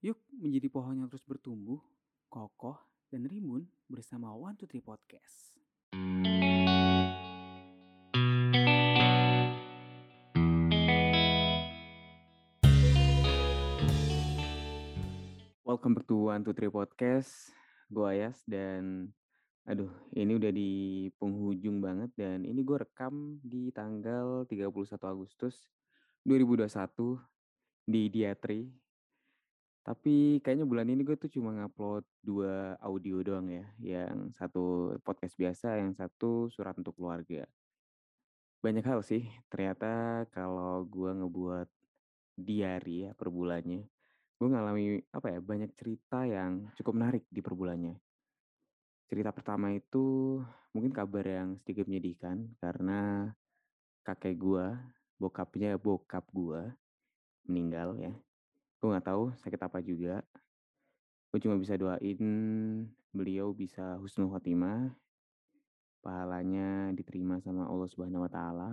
Yuk menjadi pohon yang terus bertumbuh, kokoh, dan rimbun bersama One Two Three Podcast. Welcome back to One Two Three Podcast. Gue Ayas dan ini udah di penghujung banget dan ini gue rekam di tanggal 31 Agustus 2021 di Diatri. Tapi kayaknya bulan ini gue tuh cuma ngupload 2 audio doang ya. Yang satu podcast biasa, yang satu surat untuk keluarga. Banyak hal sih, ternyata kalau gue ngebuat diary ya per bulannya, gue ngalami banyak cerita yang cukup menarik di per bulannya. Cerita pertama itu mungkin kabar yang sedikit menyedihkan karena kakek gue, bokap gue meninggal ya. Gue nggak tahu sakit apa juga. Gue cuma bisa doain beliau bisa husnul khotimah, pahalanya diterima sama Allah Subhanahu Wa Taala.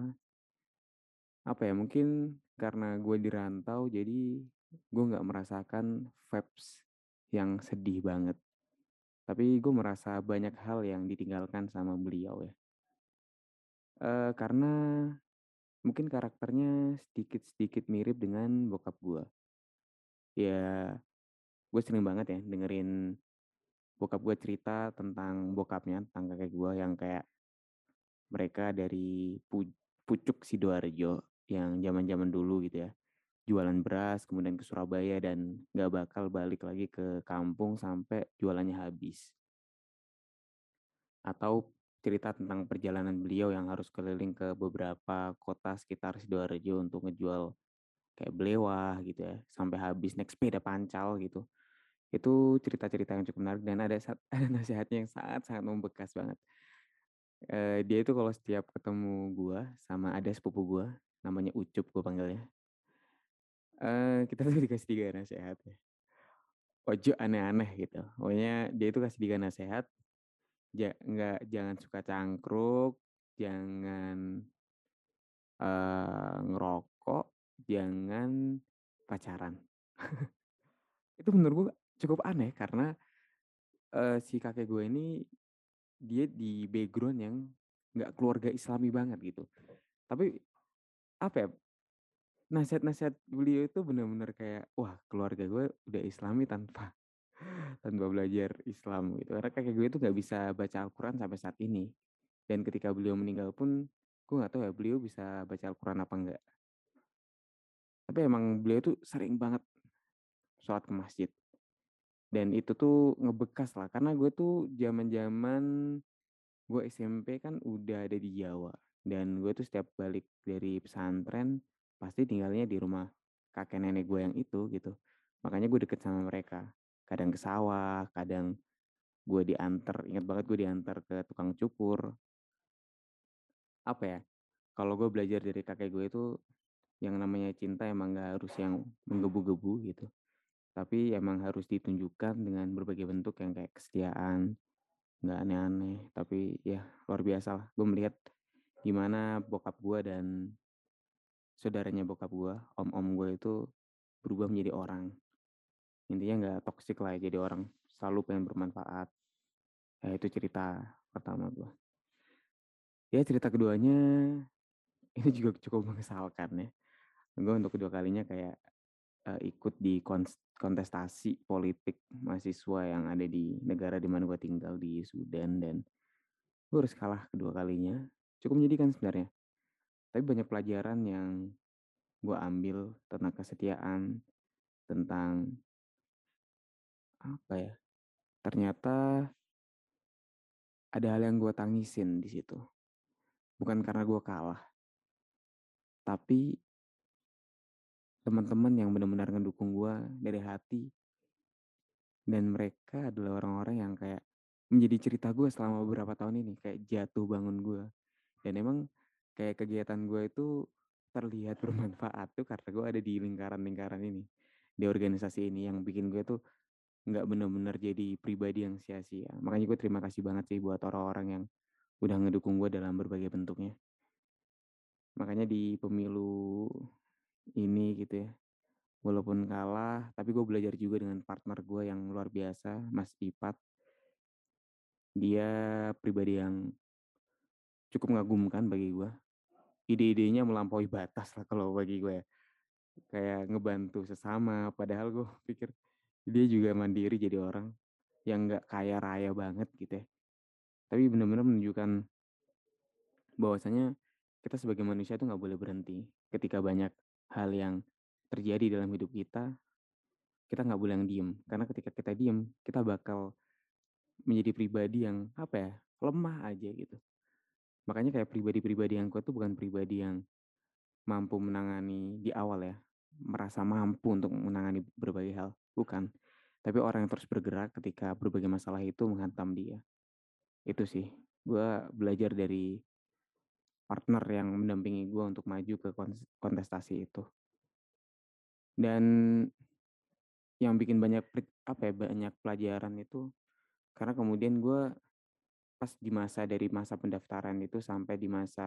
Mungkin karena gue di rantau jadi gue nggak merasakan vibes yang sedih banget. Tapi gue merasa banyak hal yang ditinggalkan sama beliau ya. Karena mungkin karakternya sedikit-sedikit mirip dengan bokap gue. Ya, gue sering banget ya dengerin bokap gue cerita tentang bokapnya, tentang kakek gue yang kayak mereka dari Pucuk Sidoarjo yang zaman-zaman dulu gitu ya. Jualan beras kemudian ke Surabaya dan nggak bakal balik lagi ke kampung sampai jualannya habis. Atau cerita tentang perjalanan beliau yang harus keliling ke beberapa kota sekitar Sidoarjo untuk ngejual kayak belewah gitu ya, sampai habis naik sepeda pancal gitu. Itu cerita-cerita yang cukup menarik dan ada ada nasihatnya yang sangat-sangat membekas banget. Dia itu kalau setiap ketemu gua sama ada sepupu gua, namanya Ucup gua panggilnya. Kita tuh dikasih 3 nasihat ya. Ojo aneh-aneh gitu. Pokoknya dia itu kasih 3 nasihat, jangan suka cangkruk, jangan ngerokok, jangan pacaran. Itu menurut gue cukup aneh karena si kakek gue ini dia di background yang nggak keluarga Islami banget gitu. Tapi apa ya, nasihat-nasihat beliau itu benar-benar kayak wah keluarga gue udah Islami tanpa tanpa belajar Islam gitu. Karena kakek gue itu nggak bisa baca Al-Quran sampai saat ini. Dan ketika beliau meninggal pun gue nggak tahu ya beliau bisa baca Al-Quran apa enggak. Tapi emang beliau tuh sering banget sholat ke masjid. Dan itu tuh ngebekas lah. Karena gue tuh zaman-zaman gue SMP kan udah ada di Jawa. Dan gue tuh setiap balik dari pesantren pasti tinggalnya di rumah kakek nenek gue yang itu gitu. Makanya gue deket sama mereka. Kadang ke sawah, kadang gue diantar, ingat banget gue diantar ke tukang cukur. Apa ya, kalau gue belajar dari kakek gue itu yang namanya cinta emang gak harus yang menggebu-gebu gitu. Tapi emang harus ditunjukkan dengan berbagai bentuk yang kayak kesetiaan, nggak aneh-aneh. Tapi ya luar biasa lah. Gue melihat gimana bokap gue dan saudaranya bokap gue, om-om gue itu berubah menjadi orang. Intinya nggak toksik lah ya, jadi orang selalu pengen bermanfaat. Ya itu cerita pertama gue. Ya cerita keduanya ini juga cukup mengesalkan ya. Gue untuk kedua kalinya kayak ikut di kontestasi politik mahasiswa yang ada di negara di mana gue tinggal di Sudan dan gue harus kalah kedua kalinya. Cukup menyedihkan sebenarnya. Tapi banyak pelajaran yang gue ambil tentang kesetiaan, tentang apa ya? Ternyata ada hal yang gue tangisin di situ. Bukan karena gue kalah, tapi teman-teman yang benar-benar ngedukung gue dari hati dan mereka adalah orang-orang yang kayak menjadi cerita gue selama beberapa tahun ini, kayak jatuh bangun gue. Dan emang kayak kegiatan gue itu terlihat bermanfaat tuh karena gue ada di lingkaran-lingkaran ini, di organisasi ini yang bikin gue tuh nggak benar-benar jadi pribadi yang sia-sia. Makanya gue terima kasih banget sih buat orang-orang yang udah ngedukung gue dalam berbagai bentuknya. Makanya di pemilu ini gitu ya, Walaupun kalah, tapi gue belajar juga dengan partner gue yang luar biasa, Mas Ipat. Dia pribadi yang cukup mengagumkan bagi gue. Ide-idenya melampaui batas lah kalau bagi gue ya. Kayak ngebantu sesama, padahal gue pikir dia juga mandiri jadi orang yang nggak kaya raya banget gitu ya. Tapi benar-benar menunjukkan bahwasanya kita sebagai manusia tuh nggak boleh berhenti. Ketika banyak hal yang terjadi dalam hidup kita nggak boleh yang diem. Karena ketika kita diem, kita bakal menjadi pribadi yang apa ya, lemah aja gitu. Makanya kayak pribadi-pribadi yang kuat tuh bukan pribadi yang mampu menangani di awal ya, merasa mampu untuk menangani berbagai hal, bukan. Tapi orang yang terus bergerak ketika berbagai masalah itu menghantam dia. Itu sih, gue belajar dari partner yang mendampingi gue untuk maju ke kontestasi itu. Dan yang bikin banyak banyak pelajaran itu karena kemudian gue pas di masa dari masa pendaftaran itu sampai di masa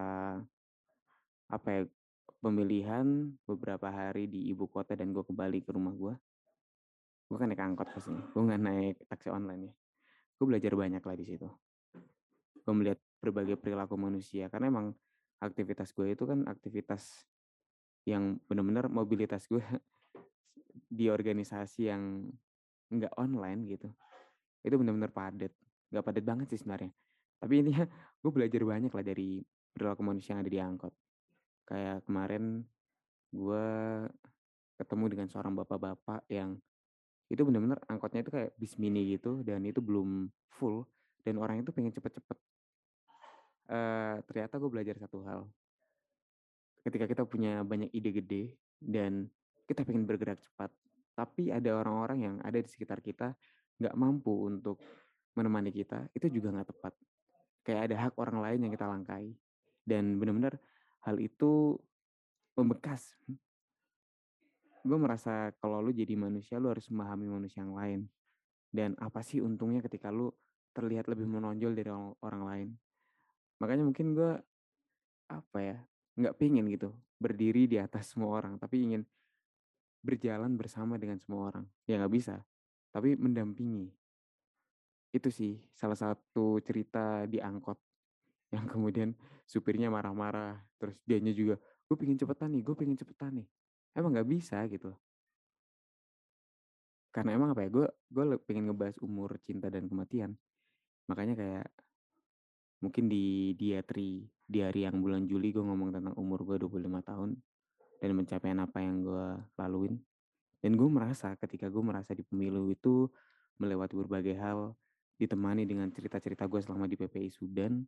apa ya pemilihan beberapa hari di ibu kota dan gue kembali ke rumah gue kan naik angkot pas ini, gue nggak naik taksi online ya. Gue belajar banyak lah di situ. Gue melihat berbagai perilaku manusia karena emang aktivitas gue itu kan aktivitas yang benar-benar mobilitas gue di organisasi yang nggak online gitu. Itu benar-benar padat. Nggak padat banget sih sebenarnya. Tapi ini ya, gue belajar banyak lah dari perilaku manusia yang ada di angkot. Kayak kemarin gue ketemu dengan seorang bapak-bapak yang itu benar-benar angkotnya itu kayak bis mini gitu dan itu belum full dan orang itu pengen cepet-cepet. Ternyata gue belajar satu hal. Ketika kita punya banyak ide gede dan kita pengen bergerak cepat, tapi ada orang-orang yang ada di sekitar kita nggak mampu untuk menemani kita, itu juga nggak tepat. Kayak ada hak orang lain yang kita langkai. Dan benar-benar hal itu membekas. Gue merasa kalau lu jadi manusia, lu harus memahami manusia yang lain. Dan apa sih untungnya ketika lu terlihat lebih menonjol dari orang lain. Makanya mungkin gue apa ya, nggak pingin gitu berdiri di atas semua orang, tapi ingin berjalan bersama dengan semua orang. Ya nggak bisa, tapi mendampingi. Itu sih salah satu cerita di angkot yang kemudian supirnya marah-marah, terus dianya juga, gue pengen cepetan nih, gue pengen cepetan nih. Emang nggak bisa gitu. Karena emang apa ya, gue pengen ngebahas umur, cinta, dan kematian. Makanya kayak mungkin di hari yang bulan Juli gue ngomong tentang umur gue 25 tahun dan pencapaian apa yang gue laluin. Dan gue merasa ketika gue merasa di pemilu itu melewati berbagai hal, ditemani dengan cerita-cerita gue selama di PPI Sudan,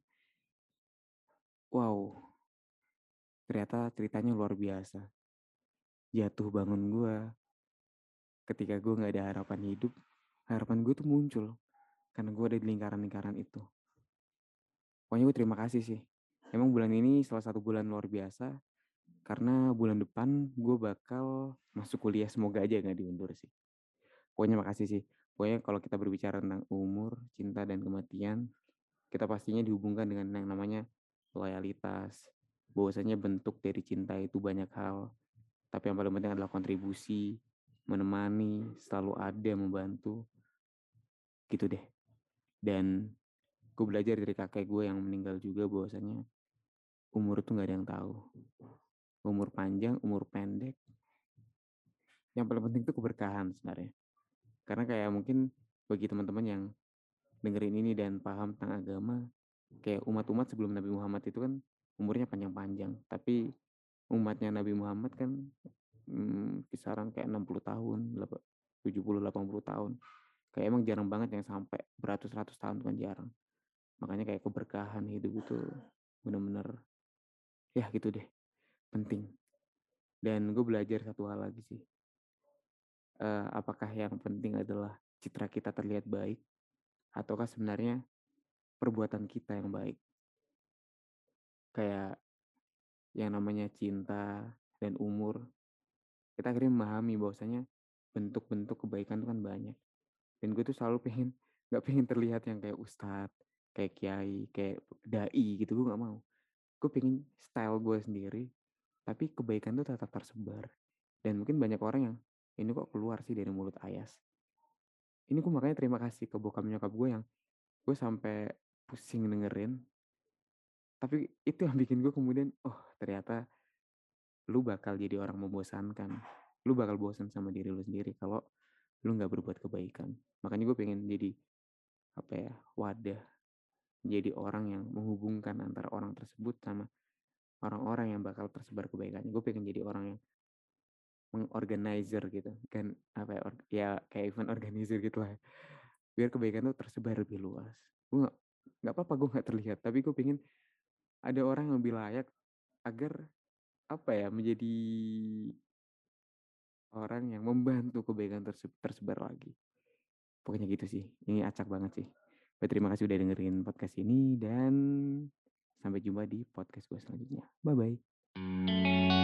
wow, ternyata ceritanya luar biasa. Jatuh bangun gue, ketika gue gak ada harapan hidup, harapan gue tuh muncul. Karena gue ada di lingkaran-lingkaran itu. Pokoknya gue terima kasih sih. Emang bulan ini salah satu bulan luar biasa, karena bulan depan gue bakal masuk kuliah, semoga aja gak diundur sih. Pokoknya makasih sih. Pokoknya kalau kita berbicara tentang umur, cinta, dan kematian, kita pastinya dihubungkan dengan yang namanya loyalitas. Bahwasanya bentuk dari cinta itu banyak hal, tapi yang paling penting adalah kontribusi, menemani, selalu ada, membantu, gitu deh. Dan gue belajar dari kakek gue yang meninggal juga bahwasanya umur itu gak ada yang tahu. Umur panjang, umur pendek, yang paling penting itu keberkahan sebenarnya. Karena kayak mungkin bagi teman-teman yang dengerin ini dan paham tentang agama, kayak umat-umat sebelum Nabi Muhammad itu kan umurnya panjang-panjang. Tapi umatnya Nabi Muhammad kan kisaran kayak 60 tahun, 70-80 tahun. Kayak emang jarang banget yang sampai beratus-ratus tahun kan jarang. Makanya kayak keberkahan hidup itu bener-bener ya gitu deh, penting. Dan gue belajar satu hal lagi sih. Apakah yang penting adalah citra kita terlihat baik ataukah sebenarnya perbuatan kita yang baik? Kayak yang namanya cinta dan umur, kita akhirnya memahami bahwasanya bentuk-bentuk kebaikan itu kan banyak. Dan gue tuh selalu pengen, gak pengen terlihat yang kayak ustadz, kayak kiai, kayak dai gitu, gue gak mau. Gue pengen style gue sendiri, tapi kebaikan itu tetap tersebar. Dan mungkin banyak orang yang ini kok keluar sih dari mulut Ayas. Ini gue makanya terima kasih ke bokap nyokap gue yang gue sampai pusing dengerin. Tapi itu yang bikin gue kemudian, oh ternyata lu bakal jadi orang membosankan. Lu bakal bosan sama diri lu sendiri kalau lu nggak berbuat kebaikan. Makanya gue pengen jadi apa ya, wadah, jadi orang yang menghubungkan antara orang tersebut sama orang-orang yang bakal tersebar kebaikannya. Gue pengen jadi orang yang mengorganizer gitu kan, apa ya, ya kayak event organizer gitu lah, biar kebaikan tuh tersebar lebih luas. Gue nggak apa-apa gue nggak terlihat, tapi gue pengen ada orang yang lebih layak agar apa ya, menjadi orang yang membantu kebaikan tersebar lagi. Pokoknya gitu sih. Ini acak banget sih. Terima kasih udah dengerin podcast ini dan sampai jumpa di podcast gue selanjutnya. Bye bye.